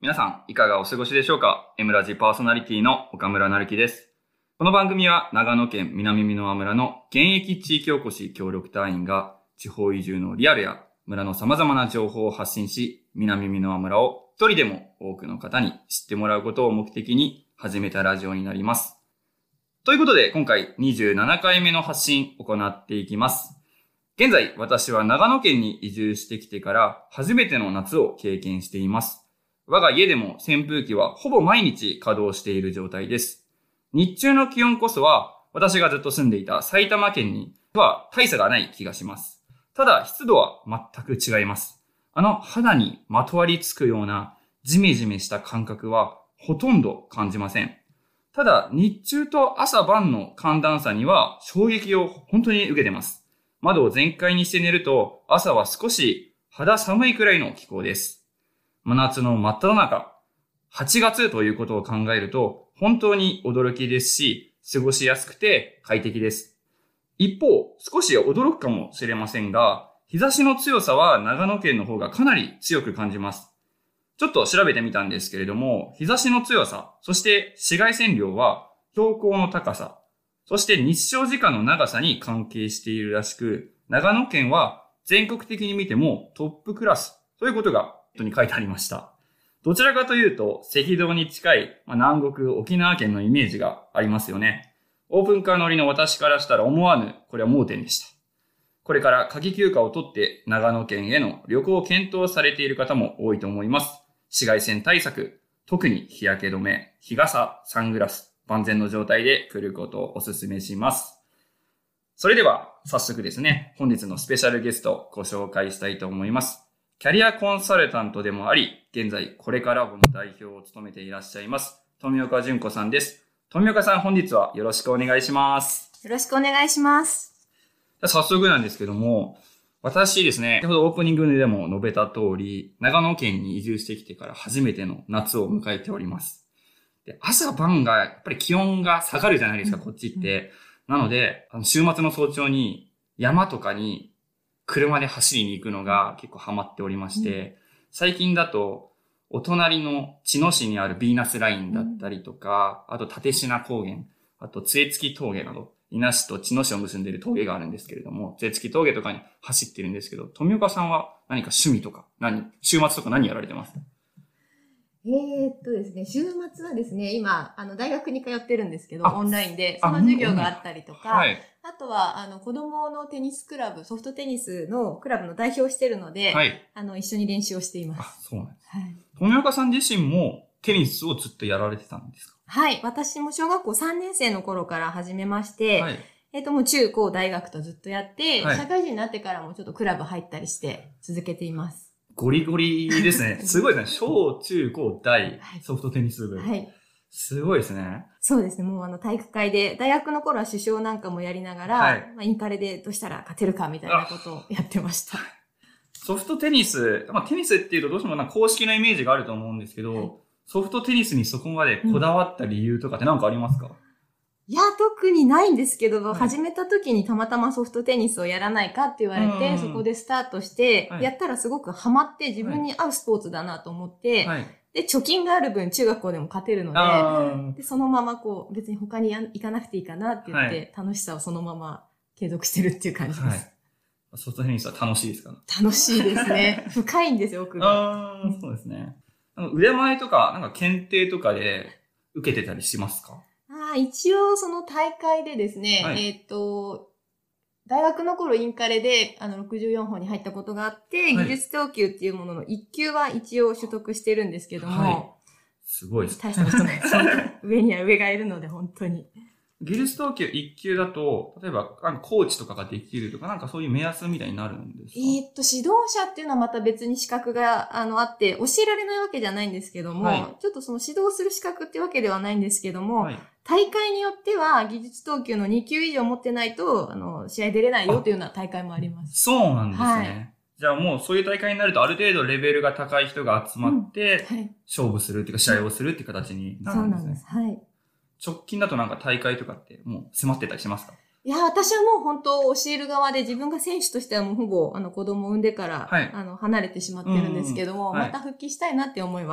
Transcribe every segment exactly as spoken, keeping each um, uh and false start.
皆さん、いかがお過ごしでしょうか？ M ラジパーソナリティの岡村成樹です。この番組は長野県南箕輪村の現役地域おこし協力隊員が地方移住のリアルや村の様々な情報を発信し、南箕輪村を一人でも多くの方に知ってもらうことを目的に始めたラジオになります。ということで、今回にじゅうななかいめの発信を行っていきます。現在、私は長野県に移住してきてから初めての夏を経験しています。我が家でも扇風機はほぼ毎日稼働している状態です。日中の気温こそは私がずっと住んでいた埼玉県には大差がない気がします。ただ湿度は全く違います。あの肌にまとわりつくようなジメジメした感覚はほとんど感じません。ただ日中と朝晩の寒暖差には衝撃を本当に受けてます。窓を全開にして寝ると朝は少し肌寒いくらいの気候です。真夏の真っ只中、はちがつということを考えると本当に驚きですし、過ごしやすくて快適です。一方、少し驚くかもしれませんが、日差しの強さは長野県の方がかなり強く感じます。ちょっと調べてみたんですけれども、日差しの強さ、そして紫外線量は標高の高さ、そして日照時間の長さに関係しているらしく、長野県は全国的に見てもトップクラスということがに書いてありました。どちらかというと赤道に近い、まあ、南国沖縄県のイメージがありますよね。オープンカー乗りの私からしたら思わぬこれは盲点でした。これから夏季休暇を取って長野県への旅行を検討されている方も多いと思います。紫外線対策、特に日焼け止め、日傘、サングラス、万全の状態で来ることをお勧めします。それでは早速ですね、本日のスペシャルゲストをご紹介したいと思います。キャリアコンサルタントでもあり、現在これからもの代表を務めていらっしゃいます、富岡純子さんです。富岡さん、本日はよろしくお願いします。 よろしくお願いします。 早速なんですけども、私ですね、先ほどオープニングでも述べた通り、長野県に移住してきてから初めての夏を迎えております。で、朝晩がやっぱり気温が下がるじゃないですか、こっちって。なので、あの週末の早朝に山とかに車で走りに行くのが結構ハマっておりまして、うん、最近だとお隣の茅野市にあるヴィーナスラインだったりとか、うん、あと立科高原、あと杖付峠など、伊那市と茅野市を結んでいる峠があるんですけれども、杖付峠とかに走ってるんですけど、富岡さんは何か趣味とか、何、週末とか何やられてますか？ えーっとですね、週末はですね、今、あの、大学に通ってるんですけど、オンラインで、その授業があったりとか、はい、あとは、あの、子供のテニスクラブ、ソフトテニスのクラブの代表をしてるので、はい、あの、一緒に練習をしています。 あ、そうなんです。はい。富岡さん自身もテニスをずっとやられてたんですか？ はい。私も小学校さんねん生の頃から始めまして、はい、えっと、もう中高大学とずっとやって、はい、社会人になってからもちょっとクラブ入ったりして続けています。 ゴリゴリですね。すごいですね。小、中、高、大、ソフトテニス部。はい。すごいですね。 そうですね。もうあの体育会で、大学の頃は主将なんかもやりながら、はい、まあ、インカレでどうしたら勝てるかみたいなことをやってました。 ソフトテニス、まあテニスっていうとどうしてもなんか公式なイメージがあると思うんですけど、はい、ソフトテニスにそこまでこだわった理由とかって何かありますか？うん、 いや、特にないんですけど、はい、始めた時にたまたまソフトテニスをやらないかって言われて、そこでスタートして、はい、やったらすごくハマって自分に合うスポーツだなと思って、はい、で、貯金がある分中学校でも勝てるので、でそのままこう、別に他にや行かなくていいかなって言って、はい、楽しさをそのまま継続してるっていう感じです。はい、 ソフトテニスは楽しいですか？ 楽しいですね。深いんですよ、奥が。 ああ、そうですね。腕前とか、なんか検定とかで受けてたりしますか？ あ、一応その大会でですね、はい、えっと、大学の頃インカレであのろくじゅうよんほんに入ったことがあって、はい、技術等級っていうもののいっ級は一応取得してるんですけども、はい、 すごいです。 大したことないです。上には上がいるので本当に。 技術等級いっ級だと、例えばあのコーチとかができるとか、なんかそういう目安みたいになるんですか？ えー、っと、指導者っていうのはまた別に資格があのあって、教えられないわけじゃないんですけども、はい、ちょっとその指導する資格ってわけではないんですけども、はい、大会によっては技術等級のに級以上持ってないと、あの、試合出れないよというような大会もあります。 そうなんですね。はい、じゃあもうそういう大会になるとある程度レベルが高い人が集まって、うんはい、勝負するっていうか試合をするっていう形になるんですね。そうなんです。はい。直近だとなんか大会とかってもう迫ってたりしますか？ いや、私はもう本当教える側で自分が選手としてはもうほぼあの子供を産んでから、はい、あの離れてしまってるんですけども、はい、また復帰したいなって思いは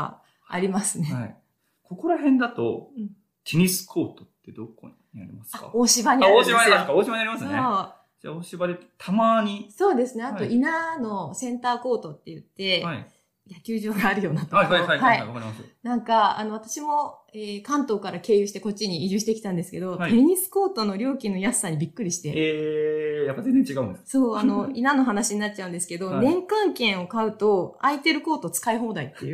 ありますね。 はい。ここら辺だと、 うん、 テニスコートってどこにありますか？ 大芝にあるんですよ。 あ、大芝にありますか？大芝にありますね。 そうじゃあ、大芝でたまに。 そうですね。あと、稲のセンターコートって言って、はい、野球場があるようなところ。 はい、はい、はい、はい、わかります。 なんか、あの、私も、えー、関東から経由してこっちに移住してきたんですけど、はい、テニスコートの料金の安さにびっくりして。 えー、やっぱ全然違うんです。 そう、あの、稲の話になっちゃうんですけど、はい、年間券を買うと、空いてるコート使い放題っていう。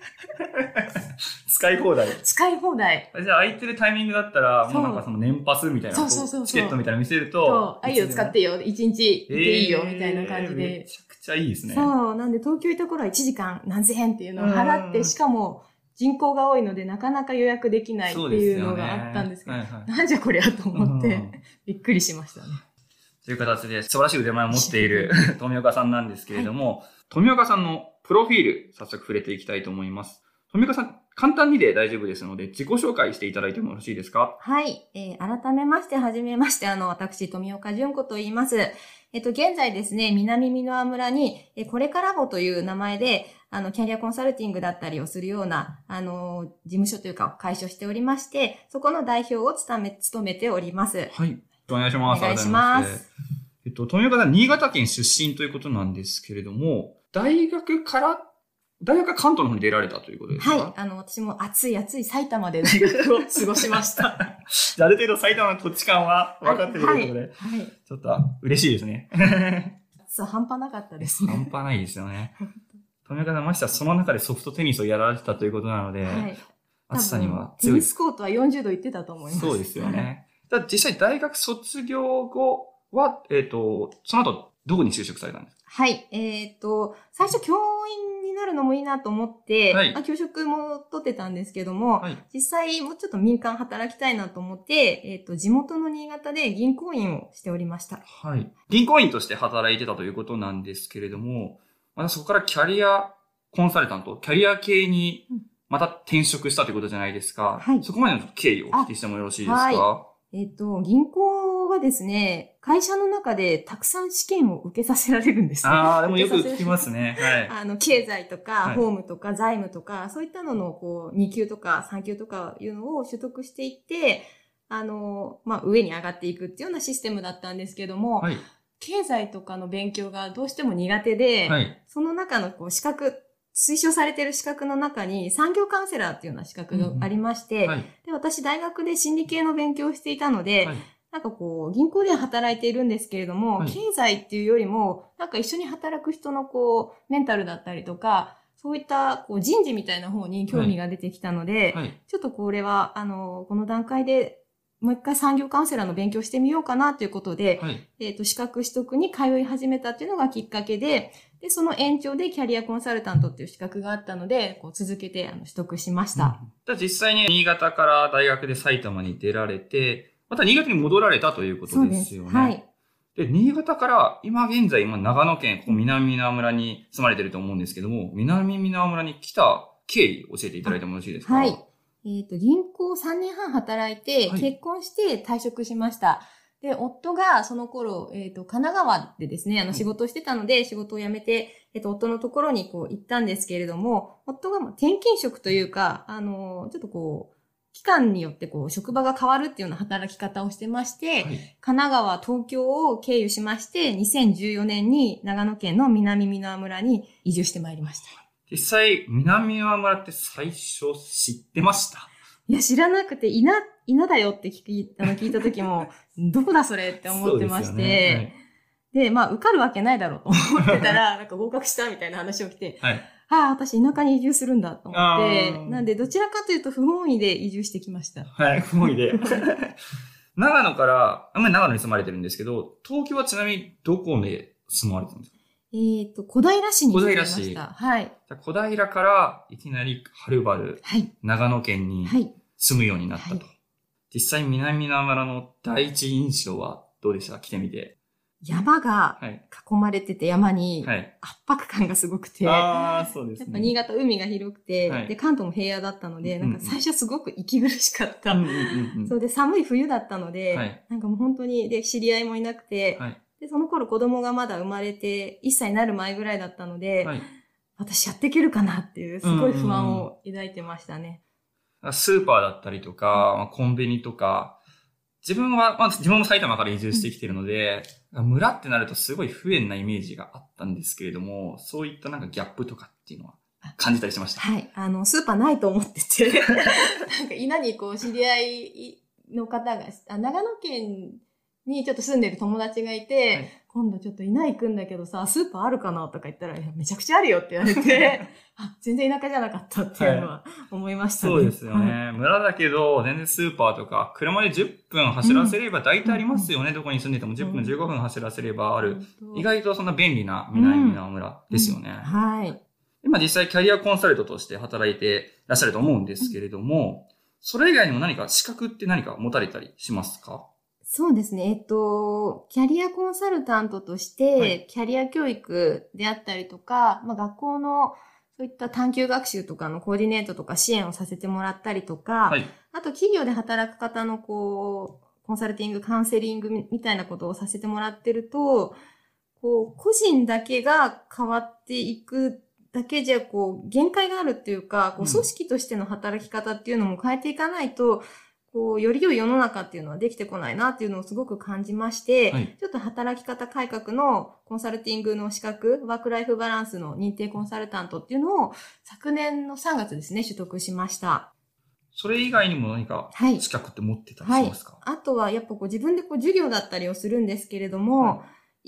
使い放題使い放題。 じゃあ空いてるタイミングだったら、もうなんかその年パスみたいな、そうそうそうそうチケットみたいなの見せると、 そう、あ、いいよ、使ってよ、一日いていいよ、みたいな感じで、 えー。めちゃくちゃいいですね。 そう、なんで東京いた頃はいちじかん何千円っていうのを払って、しかも人口が多いのでなかなか予約できないっていうのがあったんですけど、ねはいはい、なんじゃこりゃと思って、びっくりしましたね。 という形で素晴らしい腕前を持っている富岡さんなんですけれども、はい、富岡さんのプロフィール、早速触れていきたいと思います。富岡さん、簡単にで大丈夫ですので、自己紹介していただいてもよろしいですか？ はい。えー、改めまして、はじめまして、あの、私、富岡純子と言います。えっと、現在ですね、南美濃村に、え、これからぼという名前で、あの、キャリアコンサルティングだったりをするような、あの、事務所というか、会社をしておりまして、そこの代表を務め、務めております。 はい。お願いします。 お願いします。 えっと、富岡さん、新潟県出身ということなんですけれども、大学から大学は関東の方に出られたということですか？ はい。あの、私も暑い暑い埼玉で大学を過ごしました。 ある程度埼玉の土地感は分かっているということで、はいはい、ちょっと嬉しいですね。 そう、半端なかったですね。 半端ないですよね。富岡さんましてはその中でソフトテニスをやられてたということなので、はい、暑さには強い。テニスコートはよんじゅうどいってたと思います。 そうですよね。だ実際大学卒業後は、えっと、その後どこに就職されたんですか？ はい。えっと、最初教員になるのもいいなと思って、はい、まあ、教職も取ってたんですけども、はい、実際もうちょっと民間働きたいなと思って、えっと、地元の新潟で銀行員をしておりました。 はい。銀行員として働いてたということなんですけれども、またそこからキャリアコンサルタント、キャリア系にまた転職したということじゃないですか。はい。そこまでの経緯をお聞きしてもよろしいですか？ はい。えっと、銀行はですね、会社の中でたくさん試験を受けさせられるんですね。 ああ、でもよく聞きますね。はい。 あの、経済とか、はい、法務とか、財務とか、そういったのの、こう、に級とかさん級とかいうのを取得していって、あの、まあ、上に上がっていくっていうようなシステムだったんですけども、はい、経済とかの勉強がどうしても苦手で、はい、その中のこう資格、推奨されている資格の中に産業カウンセラーっていうような資格がありまして、うんはい、で私大学で心理系の勉強をしていたので、はい、なんかこう銀行では働いているんですけれども、はい、経済っていうよりもなんか一緒に働く人のこうメンタルだったりとか、そういったこう人事みたいな方に興味が出てきたので、はいはい、ちょっとこれはあのこの段階でもう一回産業カウンセラーの勉強してみようかなということで、はい、えっと資格取得に通い始めたっていうのがきっかけで、で、その延長でキャリアコンサルタントっていう資格があったので、こう続けてあの取得しました。 うん、実際に新潟から大学で埼玉に出られて、また新潟に戻られたということですよね。はい。で、新潟から今現在、今長野県、ここ南美濃村に住まれてると思うんですけども、南美濃村に来た経緯を教えていただいてもよろしいですか？ はい。えっと、銀行さんねんはん働いて、結婚して退職しました。はい、で、夫がその頃、えっと、神奈川でですね、あの、仕事をしてたので、はい、仕事を辞めて、えっと、夫のところにこう行ったんですけれども、夫が転勤職というか、あの、ちょっとこう、期間によってこう、職場が変わるっていうような働き方をしてまして、はい、神奈川、東京を経由しまして、にせんじゅうよねんに長野県の南美濃村に移住してまいりました。 実際、南美濃村って最初知ってました？ いや、知らなくて、稲、稲だよって聞き、あの、聞いた時も、どこだそれって思ってまして、で, ねはい、で、まあ、受かるわけないだろうと思ってたら、なんか合格したみたいな話を来て、はい、ああ、私田舎に移住するんだと思って、なんで、どちらかというと不本意で移住してきました。 はい、不本意で。長野から、あんまり長野に住まれてるんですけど、東京はちなみにどこで住まれてるんですか？ えっと、小平市に住んでました。小平市。はい。 じゃ小平からいきなりはるばる、はい、長野県に住むようになったと。はいはい、実際南美濃村の第一印象はどうでしたか？来てみて。 山が囲まれてて山に圧迫感がすごくて。はい、 ああ、そうですね。 やっぱ新潟海が広くて、はい、で、関東も平野だったので、なんか最初すごく息苦しかった。うんうんうん、そうで、寒い冬だったので、はい、なんかもう本当に、で、知り合いもいなくて、はい、で、その頃子供がまだ生まれていっさいになる前ぐらいだったので、はい、 私やっていけるかなっていう、すごい不安を抱いてましたね。 うんうん、スーパーだったりとか、コンビニとか、自分は、まあ、自分も埼玉から移住してきてるので、うん、村ってなるとすごい不便なイメージがあったんですけれども、そういったなんかギャップとかっていうのは感じたりしました。 はい。あの、スーパーないと思ってて、なんか稲にこう知り合いの方が、あ長野県にちょっと住んでる友達がいて、はい、今度ちょっと稲行くんだけどさ、スーパーあるかなとか言ったら、めちゃくちゃあるよって言われて、あ、全然田舎じゃなかったっていうのは思いましたね。 はい、そうですよね。はい、村だけど、全然スーパーとか、車でじゅっぷん走らせれば大体ありますよね。うん、どこに住んでてもじゅっぷん、じゅうごふん走らせればある。うん、意外とそんな便利な南美濃村ですよね。うんうん、 はい。 今実際キャリアコンサルトとして働いていらっしゃると思うんですけれども、それ以外にも何か資格って何か持たれたりしますか？ そうですね。えっと、キャリアコンサルタントとして、はい、キャリア教育であったりとか、まあ、学校のそういった探究学習とかのコーディネートとか支援をさせてもらったりとか、はい、あと企業で働く方のこう、コンサルティング、カウンセリングみたいなことをさせてもらってると、こう、個人だけが変わっていくだけじゃ、こう、限界があるっていうか、こう、組織としての働き方っていうのも変えていかないと、うんこう、より良い世の中っていうのはできてこないなっていうのをすごく感じまして、はい、ちょっと働き方改革のコンサルティングの資格、ワークライフバランスの認定コンサルタントっていうのを昨年のさんがつですね、取得しました。 それ以外にも何か資格って持ってたりしますか？ はいはい、あとはやっぱこう自分でこう授業だったりをするんですけれども、はい、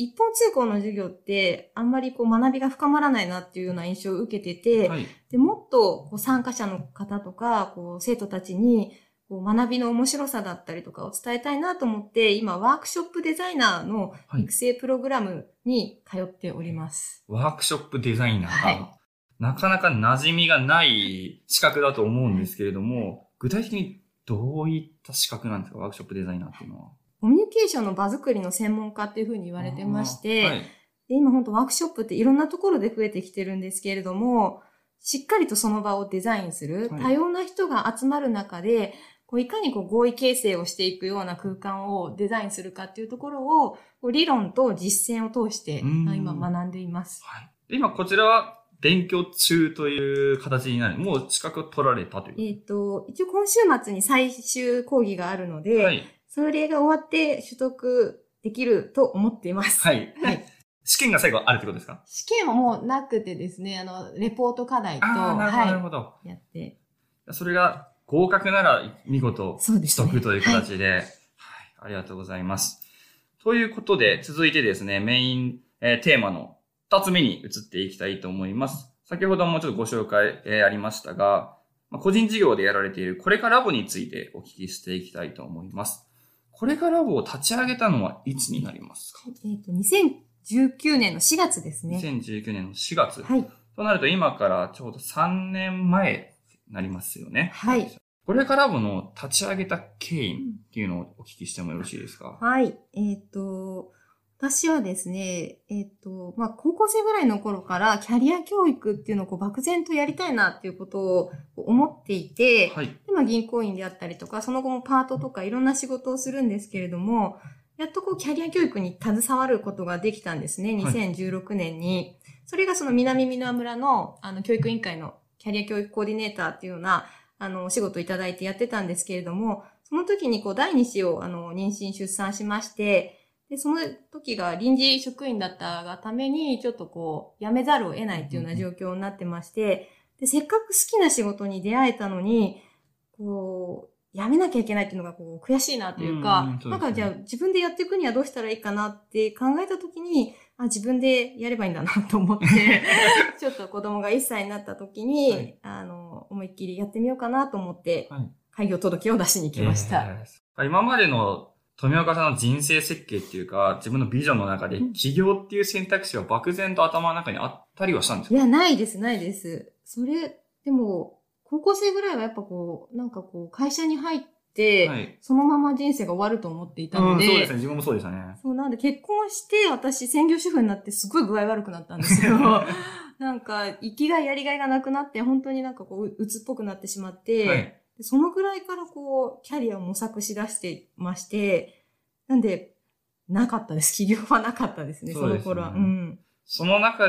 一方通行の授業ってあんまりこう学びが深まらないなっていうような印象を受けてて、はい、でもっとこう参加者の方とかこう生徒たちにこう学びの面白さだったりとかを伝えたいなと思って、今ワークショップデザイナーの育成プログラムに通っております。 はい、ワークショップデザイナー、はい、なかなか馴染みがない資格だと思うんですけれども、はい、具体的にどういった資格なんですか？ワークショップデザイナーっていうのは。 コミュニケーションの場作りの専門家っていうふうに言われてまして、はい、で今本当ワークショップっていろんなところで増えてきてるんですけれども、しっかりとその場をデザインする、はい、多様な人が集まる中で、こういかにこう合意形成をしていくような空間をデザインするかっていうところを、こう理論と実践を通して今学んでいます。 はい、今こちらは勉強中という形になる。もう資格を取られたという。 えっと、一応今週末に最終講義があるので、はい、それが終わって取得できると思っています。 はい。はい。試験が最後あるってことですか？ 試験はもうなくてですね、あの、レポート課題と、 あなるほど、なるほど、 はい、やって。 それが合格なら見事取得という形で、はい、はい、ありがとうございます。ということで、続いてですね、メイン、えー、テーマの二つ目に移っていきたいと思います。先ほどもちょっとご紹介、えー、ありましたが、まあ、個人事業でやられているこれからラボについてお聞きしていきたいと思います。これからラボを立ち上げたのはいつになりますか？ えっと、にせんじゅうきゅうねんのしがつですね。 にせんじゅうきゅうねんのしがつ。 はい。 となると今からちょうどさんねんまえになりますよね。 はい。 これからラボの立ち上げた経緯っていうのをお聞きしてもよろしいですか？ はい。えっと、私はですね、えっと、まあ、高校生ぐらいの頃からキャリア教育っていうのをこう漠然とやりたいなっていうことを思っていて、はい、でまあ、銀行員であったりとか、その後もパートとかいろんな仕事をするんですけれども、やっとこうキャリア教育に携わることができたんですね、にせんじゅうろくねんに。はい、それがその南美濃村のあの教育委員会のキャリア教育コーディネーターっていうようなあのお仕事をいただいてやってたんですけれども、その時にこう第二子をあの妊娠出産しまして、で、その時が臨時職員だったがために、ちょっとこう、辞めざるを得ないっていうような状況になってまして、で、せっかく好きな仕事に出会えたのに、こう、辞めなきゃいけないっていうのがこう、悔しいなというか、うん、なんかじゃあ自分でやっていくにはどうしたらいいかなって考えた時に、あ、自分でやればいいんだなと思って、ちょっと子供がいっさいになった時に、はい、あの、思いっきりやってみようかなと思って、はい、開業届を出しに来ました。 えー、今までの富岡さんの人生設計っていうか、自分のビジョンの中で起業っていう選択肢は漠然と頭の中にあったりはしたんですか？ いや、ないです、ないです。それ、でも、高校生ぐらいはやっぱこう、なんかこう、会社に入って、はい、そのまま人生が終わると思っていたので、 うん、そうですね、自分もそうでしたね。 そう、なんで結婚して、私、専業主婦になってすごい具合悪くなったんですよ。なんか、生きがいやりがいがなくなって、本当になんかこう、鬱っぽくなってしまって、はい、そのぐらいからこう、キャリアを模索しだしてまして、なんで、なかったです。起業はなかったですね、その頃は。うん。 その中で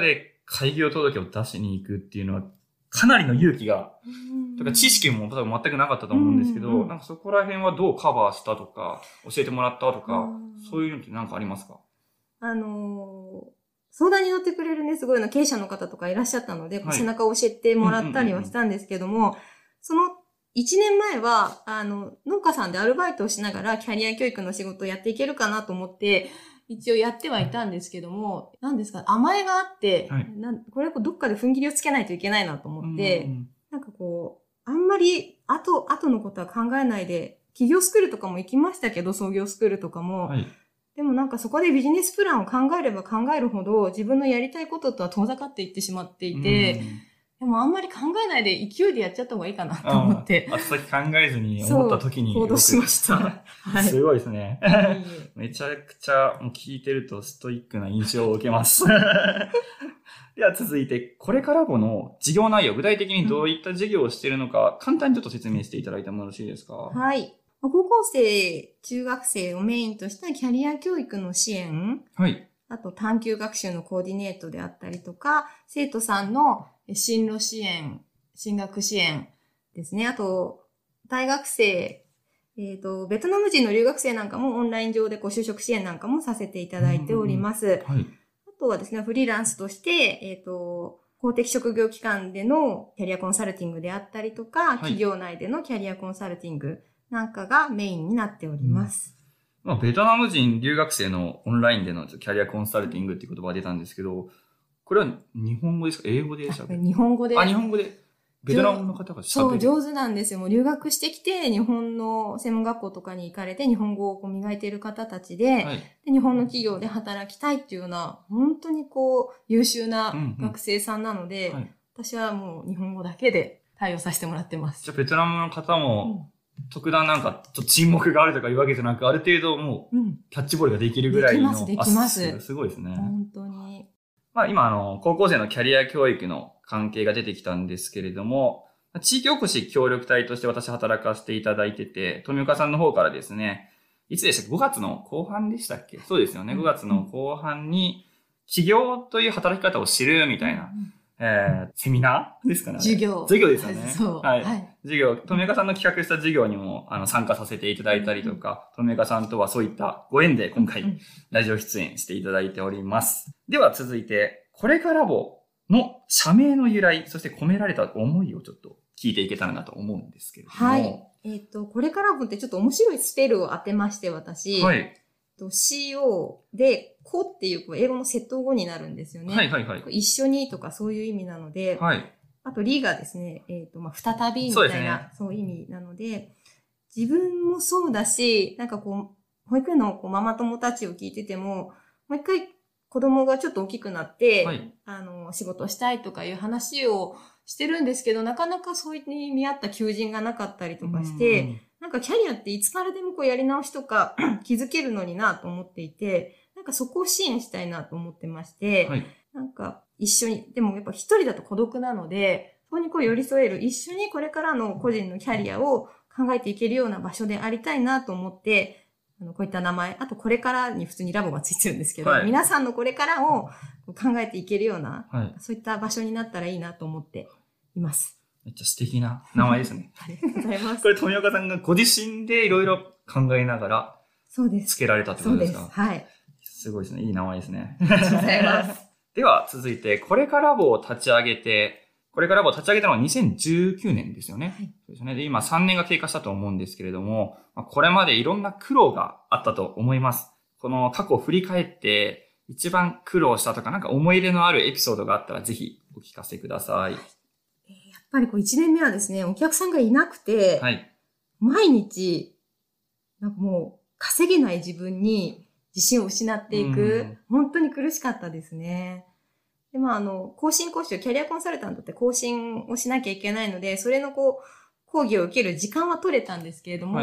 開業届を出しに行くっていうのは、かなりの勇気が、とか知識も多分全くなかったと思うんですけど、うんうん、なんかそこら辺はどうカバーしたとか、教えてもらったとか、そういうのって何かありますか？ あのー、相談に乗ってくれるね、すごいの経営者の方とかいらっしゃったので、はい、背中を教えてもらったりはしたんですけども、うんうんうんうん、そのいちねんまえは、あの、農家さんでアルバイトをしながらキャリア教育の仕事をやっていけるかなと思って、一応やってはいたんですけども、何ですか、甘えがあって、はい、なこれどっかで踏ん切りをつけないといけないなと思って、うんうん、なんかこう、あんまり後、後のことは考えないで、企業スクールとかも行きましたけど、創業スクールとかも、はい、でもなんかそこでビジネスプランを考えれば考えるほど、自分のやりたいこととは遠ざかっていってしまっていて、うんでもあんまり考えないで勢いでやっちゃった方がいいかなと思って。 後先考えずに思った時に。 行動しました。 はい、すごいですね。めちゃくちゃもう聞いてるとストイックな印象を受けます。では続いて、これからもの事業内容、具体的にどういった事業をしているのか、うん、簡単にちょっと説明していただいてもよろしいですか？ はい。高校生、中学生をメインとしたキャリア教育の支援。はい。あと探究学習のコーディネートであったりとか、生徒さんの進路支援、進学支援ですね。あと、大学生、えっと、ベトナム人の留学生なんかもオンライン上でこう就職支援なんかもさせていただいております。はい。あとはですね、フリーランスとして、えっと、公的職業機関でのキャリアコンサルティングであったりとか、はい、企業内でのキャリアコンサルティングなんかがメインになっております。うんまあ、ベトナム人留学生のオンラインでのキャリアコンサルティングっていう言葉が出たんですけど、これは日本語ですか？英語でしたっけ？ 日本語で。 あ、日本語で。ベトナムの方が喋る。 そう、上手なんですよ。もう留学してきて、日本の専門学校とかに行かれて、日本語をこう磨いている方たちで、はい、で、日本の企業で働きたいっていうような、本当にこう、優秀な学生さんなので、うんうんはい、私はもう日本語だけで対応させてもらってます。 じゃあ、ベトナムの方も、うん特段なんか、ちょっと沈黙があるとかいうわけじゃなく、ある程度もう、キャッチボールができるぐらいの。 できます、できます。 すごいですね。 本当に。 まあ今、あの、高校生のキャリア教育の関係が出てきたんですけれども、地域おこし協力隊として私働かせていただいてて、富岡さんの方からですね、いつでしたっけ ?ご 月の後半でしたっけそうですよね。ごがつの後半に、起業という働き方を知るみたいな。うんえー、セミナーですかね。 授業。 授業ですよね。 そう。 はい。はい、授業、富岡さんの企画した授業にもあの参加させていただいたりとか、富岡さんとはそういったご縁で今回、うん、ラジオ出演していただいております。では続いて、これからボの社名の由来、そして込められた思いをちょっと聞いていけたらなと思うんですけれども。 はい。えっと、これからボってちょっと面白いスペルを当てまして、私。はい。シーオー で、こっていう英語の窃盗語になるんですよね。 はいはいはい。 一緒にとかそういう意味なので、はい。あと、リがですね、えっと、まあ、再びみたいな、そう、ね、そういう意味なので、自分もそうだし、なんかこう、保育園のこうママ友たちを聞いてても、もう一回子供がちょっと大きくなって、はい、あの、仕事したいとかいう話をしてるんですけど、なかなかそういうに見合った求人がなかったりとかして、なんかキャリアっていつからでもこうやり直しとか気づけるのになと思っていて、なんかそこを支援したいなと思ってまして、はい、なんか一緒に、でもやっぱ一人だと孤独なので、そこにこう寄り添える、一緒にこれからの個人のキャリアを考えていけるような場所でありたいなと思って、あのこういった名前、あとこれからに普通にラボがついてるんですけど、はい、皆さんのこれからを考えていけるような、はい、そういった場所になったらいいなと思っています。 めっちゃ素敵な名前ですね。 ありがとうございます。 これ富岡さんがご自身でいろいろ考えながら、 そうです。 付けられたってことですか？ そうです。はい。 すごいですね。いい名前ですね。 ありがとうございます。 では続いて、これからボを立ち上げて、これからボを立ち上げたのはにせんじゅうきゅうねんですよね。はい。そうですね。で、今さんねんが経過したと思うんですけれども、これまでいろんな苦労があったと思います。この過去を振り返って、一番苦労したとか、なんか思い入れのあるエピソードがあったら、ぜひお聞かせください。はいやっぱりこういちねんめはですね、お客さんがいなくて、はい、毎日、なんかもう稼げない自分に自信を失っていく、本当に苦しかったですね。で、まああの、更新講習、キャリアコンサルタントって更新をしなきゃいけないので、それのこう、講義を受ける時間は取れたんですけれども、はい、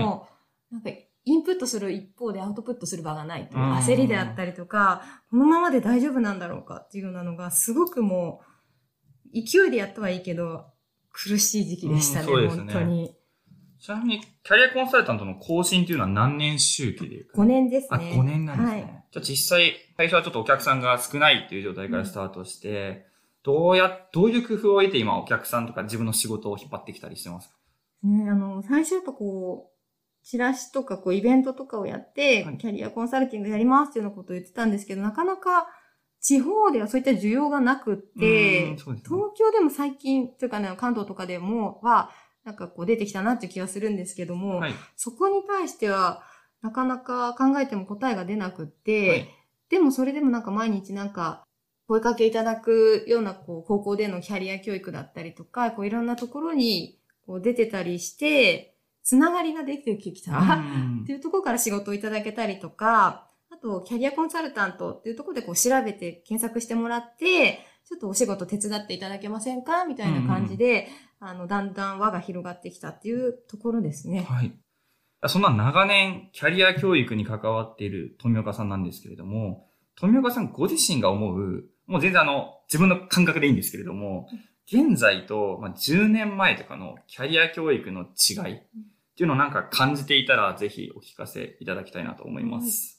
なんかインプットする一方でアウトプットする場がないという焦りであったりとか、このままで大丈夫なんだろうかっていうようなのが、すごくもう、勢いでやったはいいけど、苦しい時期でしたね、うん、本当に。 ちなみに、キャリアコンサルタントの更新っていうのは何年周期でいうか、 ごねんですね。 あ、ごねんなんですね。はい、じゃあ実際、最初はちょっとお客さんが少ないっていう状態からスタートして、 どうや、どういう工夫を得て今お客さんとか自分の仕事を引っ張ってきたりしてますか？ ね、あの、最初やっぱこう、チラシとかこうイベントとかをやって、はい、キャリアコンサルティングやりますっていうようなことを言ってたんですけど、なかなか地方ではそういった需要がなくって、ね、東京でも最近、というかね、関東とかでもは、なんかこう出てきたなっていう気がするんですけども、はい、そこに対しては、なかなか考えても答えが出なくって、はい、でもそれでもなんか毎日なんか、声かけいただくようなこう高校でのキャリア教育だったりとか、こういろんなところにこう出てたりして、つながりができてきたっていうところから仕事をいただけたりとか、あとキャリアコンサルタントっていうところでこう調べて検索してもらって、ちょっとお仕事手伝っていただけませんかみたいな感じで、あの、だんだん輪が広がってきたっていうところですね。 はい。そんな長年キャリア教育に関わっている富岡さんなんですけれども、富岡さんご自身が思う、もう全然あの、自分の感覚でいいんですけれども、現在と、まあ、じゅうねんまえとかのキャリア教育の違いっていうのをなんか感じていたら、ぜひお聞かせいただきたいなと思います。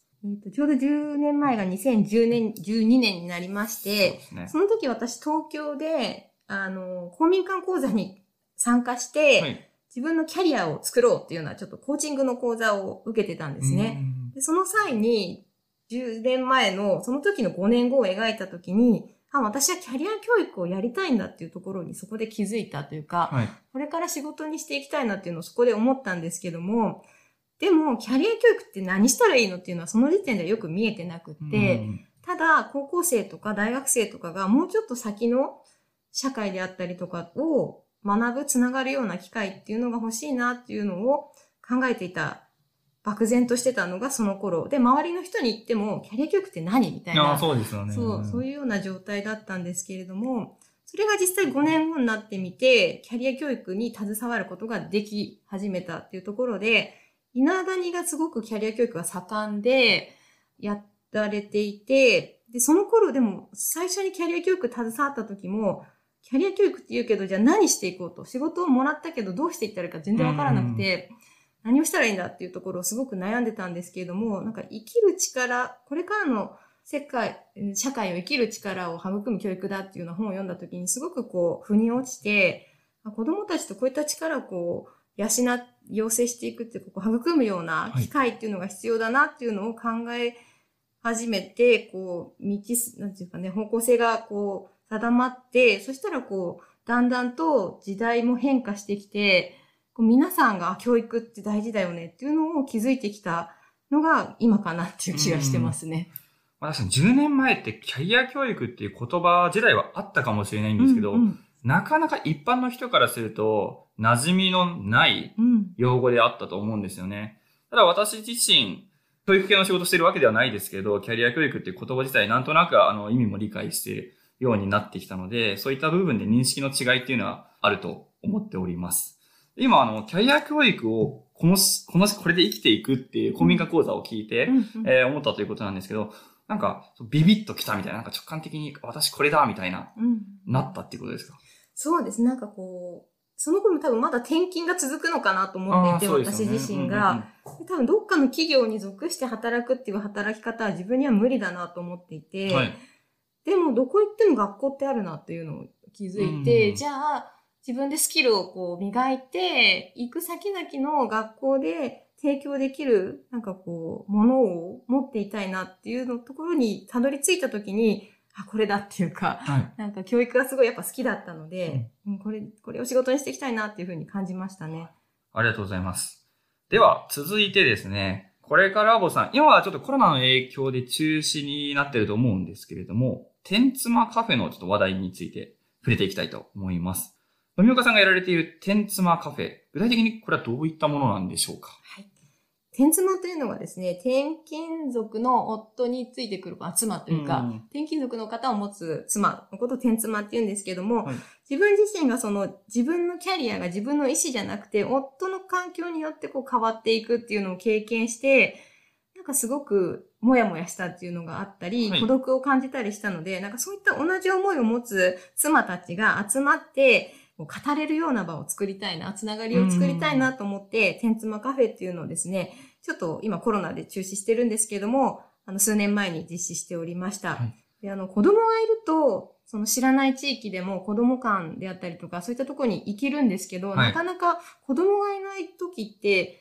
はい、えーと、ちょうどじゅうねんまえがにせんじゅうねん、じゅうにねんになりまして、そうですね、その時私東京で、あの、公民館講座に参加して、はい、自分のキャリアを作ろうっていうようなちょっとコーチングの講座を受けてたんですね。でその際に、じゅうねんまえの、その時のごねんごを描いた時に、あ、私はキャリア教育をやりたいんだっていうところにそこで気づいたというか、はい、これから仕事にしていきたいなっていうのをそこで思ったんですけども、でも、キャリア教育って何したらいいのっていうのはその時点ではよく見えてなくって、ただ、高校生とか大学生とかがもうちょっと先の社会であったりとかを学ぶ、つながるような機会っていうのが欲しいなっていうのを考えていた。漠然としてたのがその頃。で、周りの人に言っても、キャリア教育って何みたいな。 あ、そうですよね。 そう、そういうような状態だったんですけれども、それが実際ごねんごになってみて、キャリア教育に携わることができ始めたっていうところで、稲谷がすごくキャリア教育が盛んで、やられていて、で、その頃でも、最初にキャリア教育携わった時も、キャリア教育って言うけど、じゃあ何していこうと。仕事をもらったけど、どうしていったらいいか全然わからなくて、何をしたらいいんだっていうところをすごく悩んでたんですけれども、なんか生きる力、これからの世界、社会を生きる力を育む教育だっていうような本を読んだ時にすごくこう、腑に落ちて、子供たちとこういった力をこう、養、養成していくっていう、こう、育むような機会っていうのが必要だなっていうのを考え始めて、こう、道、なんていうかね、方向性がこう、定まって、そしたらこう、だんだんと時代も変化してきて、皆さんが教育って大事だよねっていうのを気づいてきたのが今かなっていう気がしてますね。 まあ、確かにじゅうねんまえってキャリア教育っていう言葉自体はあったかもしれないんですけど、うんうん、なかなか一般の人からすると馴染みのない用語であったと思うんですよね。ただ私自身、教育系の仕事してるわけではないですけど、キャリア教育っていう言葉自体なんとなくあの意味も理解しているようになってきたので、そういった部分で認識の違いっていうのはあると思っております。今、あの、キャリア教育をこの、この、これで生きていくっていう公民館講座を聞いて、うんうん、えー、思ったということなんですけど、なんか、ビビッと来たみたいな、なんか直感的に私これだみたいな、うん、なったっていうことですか？ そうです。なんかこう、その頃も多分まだ転勤が続くのかなと思っていて、ね、私自身が、うんうんうん、多分どっかの企業に属して働くっていう働き方は自分には無理だなと思っていて、はい、でもどこ行っても学校ってあるなっていうのを気づいて、うんうん、じゃあ、自分でスキルをこう磨いて、行く先々の学校で提供できる、なんかこう、ものを持っていたいなっていうのところにたどり着いたときに、あ、これだっていうか、はい、なんか教育がすごいやっぱ好きだったので、うん、これ、これを仕事にしていきたいなっていうふうに感じましたね。 ありがとうございます。では、続いてですね、これからボさん、今はちょっとコロナの影響で中止になってると思うんですけれども、天妻カフェのちょっと話題について触れていきたいと思います。富岡さんがやられている天妻カフェ、具体的にこれはどういったものなんでしょうか？ はい。天妻というのはですね、転勤族の夫についてくる、まあ、妻というか、うん、転勤族の方を持つ妻のことを天妻って言うんですけども、はい、自分自身がその自分のキャリアが自分の意思じゃなくて、夫の環境によってこう変わっていくっていうのを経験して、なんかすごくもやもやしたっていうのがあったり、はい、孤独を感じたりしたので、なんかそういった同じ思いを持つ妻たちが集まって、語れるような場を作りたいな、つながりを作りたいなと思って、天妻カフェっていうのをですね、ちょっと今コロナで中止してるんですけれども、あの数年前に実施しておりました。はい、であの子供がいると、 その知らない地域でも子供館であったりとか、そういったところに行けるんですけど、はい、なかなか子供がいない時って、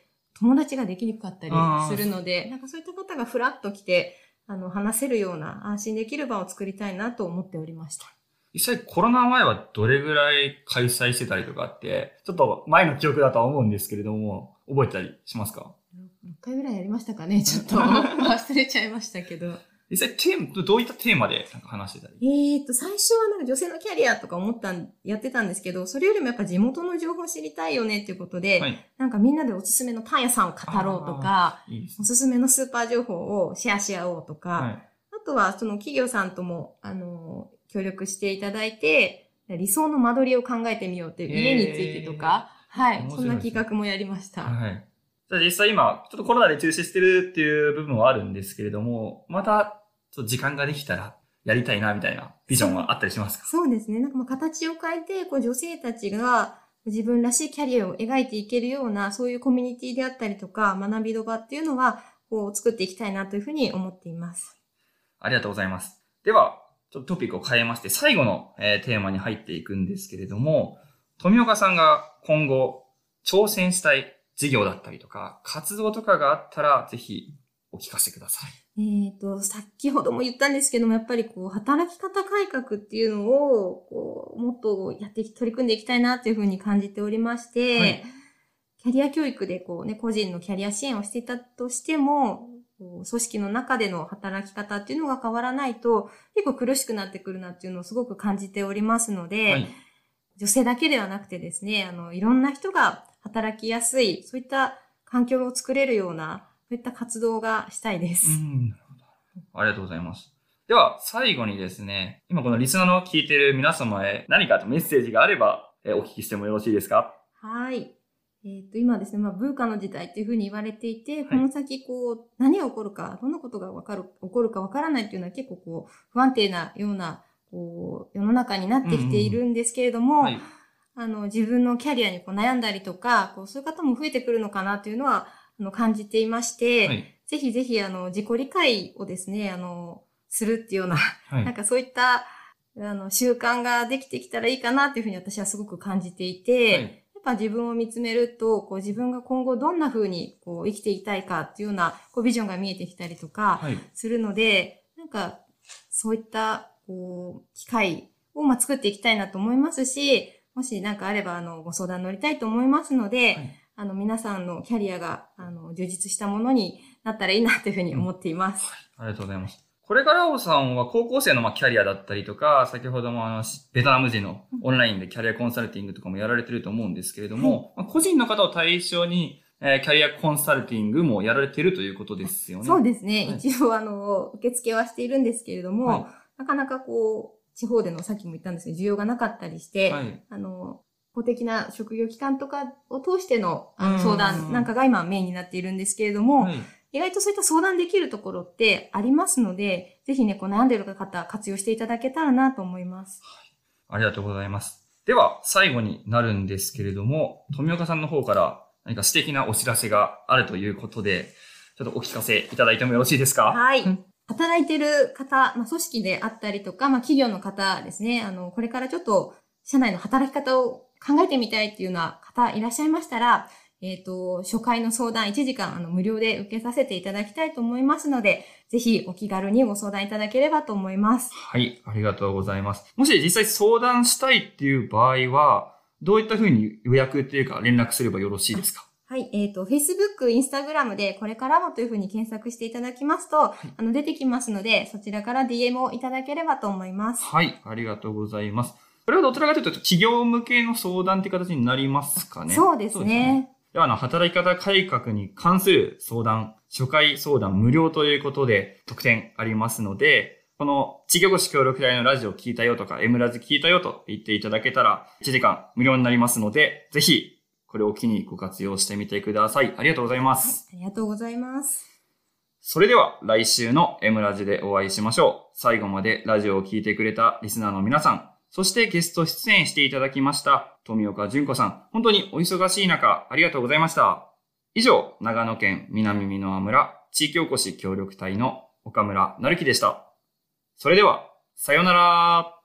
友達ができにくかったりするので、なんかそういった方がふらっと来て、あの、話せるような安心できる場を作りたいなと思っておりました。 実際コロナ前はどれぐらい開催してたりとかって、ちょっと前の記憶だとは思うんですけれども、覚えたりしますか？ ろっかいぐらいやりましたかね、ちょっと忘れちゃいましたけど。 実際テーマ、どういったテーマでなんか話してたり？ えーと、最初はなんか女性のキャリアとか思ったん、やってたんですけど、それよりもやっぱ地元の情報を知りたいよねっていうことで、はい、なんかみんなでおすすめのパン屋さんを語ろうとか、いいですね、おすすめのスーパー情報をシェアし合おうとか、はい、あとはその企業さんとも、あの、協力していただいて、理想の間取りを考えてみようっていう家についてとか、はい、そんな企画もやりました。 はい。じゃあ実際今、ちょっとコロナで中止してるっていう部分はあるんですけれども、また、ちょっと時間ができたらやりたいなみたいなビジョンはあったりしますか？ そうですね。なんかまあ形を変えて、こう女性たちが自分らしいキャリアを描いていけるような、そういうコミュニティであったりとか、学びの場っていうのは、こう作っていきたいなというふうに思っています。 ありがとうございます。では、ちょっとトピックを変えまして、最後の、えー、テーマに入っていくんですけれども、富岡さんが今後挑戦したい事業だったりとか、活動とかがあったら、ぜひお聞かせください。 えっと、先ほども言ったんですけども、やっぱりこう、働き方改革っていうのを、こう、もっとやって取り組んでいきたいなっていうふうに感じておりまして、はい、キャリア教育でこうね、個人のキャリア支援をしていたとしても、組織の中での働き方っていうのが変わらないと、結構苦しくなってくるなっていうのをすごく感じておりますので、はい、女性だけではなくてですね、あの、いろんな人が働きやすい、そういった環境を作れるような、そういった活動がしたいです。 うん、ありがとうございます。では、最後にですね、今このリスナーの聞いている皆様へ何かメッセージがあれば、えお聞きしてもよろしいですか？ はい。えっと、今ですね、まあ、ブーカの時代っていうふうに言われていて、はい、この先、こう、何が起こるか、どんなことがわかる、起こるかわからないっていうのは結構こう、不安定なような、こう、世の中になってきているんですけれども、うんうんはい、あの、自分のキャリアにこう悩んだりとか、こう、そういう方も増えてくるのかなというのは、あの、感じていまして、はい、ぜひぜひ、あの、自己理解をですね、あの、するっていうような、はい、なんかそういった、あの、習慣ができてきたらいいかなっていうふうに私はすごく感じていて、はい、やっぱ自分を見つめると、こう自分が今後どんな風にこう生きていきたいかっていうようなこうビジョンが見えてきたりとかするので、はい、なんかそういったこう機会をまあ作っていきたいなと思いますし、もしなんかあればあのご相談乗りたいと思いますので、はい、あの皆さんのキャリアがあの充実したものになったらいいなというふうに思っています。 うんはい、ありがとうございます。これからおさんは高校生のまあキャリアだったりとか、先ほどもあのベトナム人のオンラインでキャリアコンサルティングとかもやられてると思うんですけれども、はい、個人の方を対象に、えー、キャリアコンサルティングもやられてるということですよね。 そうですね。はい、一応あの、受付はしているんですけれども、はい、なかなかこう、地方でのさっきも言ったんですけど、需要がなかったりして、はい、あの、公的な職業機関とかを通してのあの相談なんかが今メインになっているんですけれども、はい、意外とそういった相談できるところってありますので、ぜひね、こう悩んでいる方活用していただけたらなと思います。 はい。ありがとうございます。では、最後になるんですけれども、富岡さんの方から何か素敵なお知らせがあるということで、ちょっとお聞かせいただいてもよろしいですか？ はい。働いている方、まあ、組織であったりとか、まあ、企業の方ですね、あの、これからちょっと社内の働き方を考えてみたいっていうような方いらっしゃいましたら、えっと、初回の相談いちじかん、あの、無料で受けさせていただきたいと思いますので、ぜひお気軽にご相談いただければと思います。 はい、ありがとうございます。もし実際相談したいっていう場合は、どういったふうに予約っていうか連絡すればよろしいですか？ はい、えっと、Facebook、Instagram でこれからもというふうに検索していただきますと、はい、あの、出てきますので、そちらから ディーエム をいただければと思います。 はい、ありがとうございます。これはどちらかというと企業向けの相談って形になりますかね？ そうですね。そうですね。 では、あの、働き方改革に関する相談、初回相談無料ということで特典ありますので、この地域おこし協力隊のラジオ聞いたよとか、M ラジ聞いたよと言っていただけたらいちじかん無料になりますので、ぜひこれを機にご活用してみてください。ありがとうございます。 はい、ありがとうございます。 それでは来週の M ラジでお会いしましょう。最後までラジオを聞いてくれたリスナーの皆さん、そしてゲスト出演していただきました富岡純子さん、本当にお忙しい中ありがとうございました。以上、長野県南箕輪村地域おこし協力隊の岡村成樹でした。それでは、さようなら。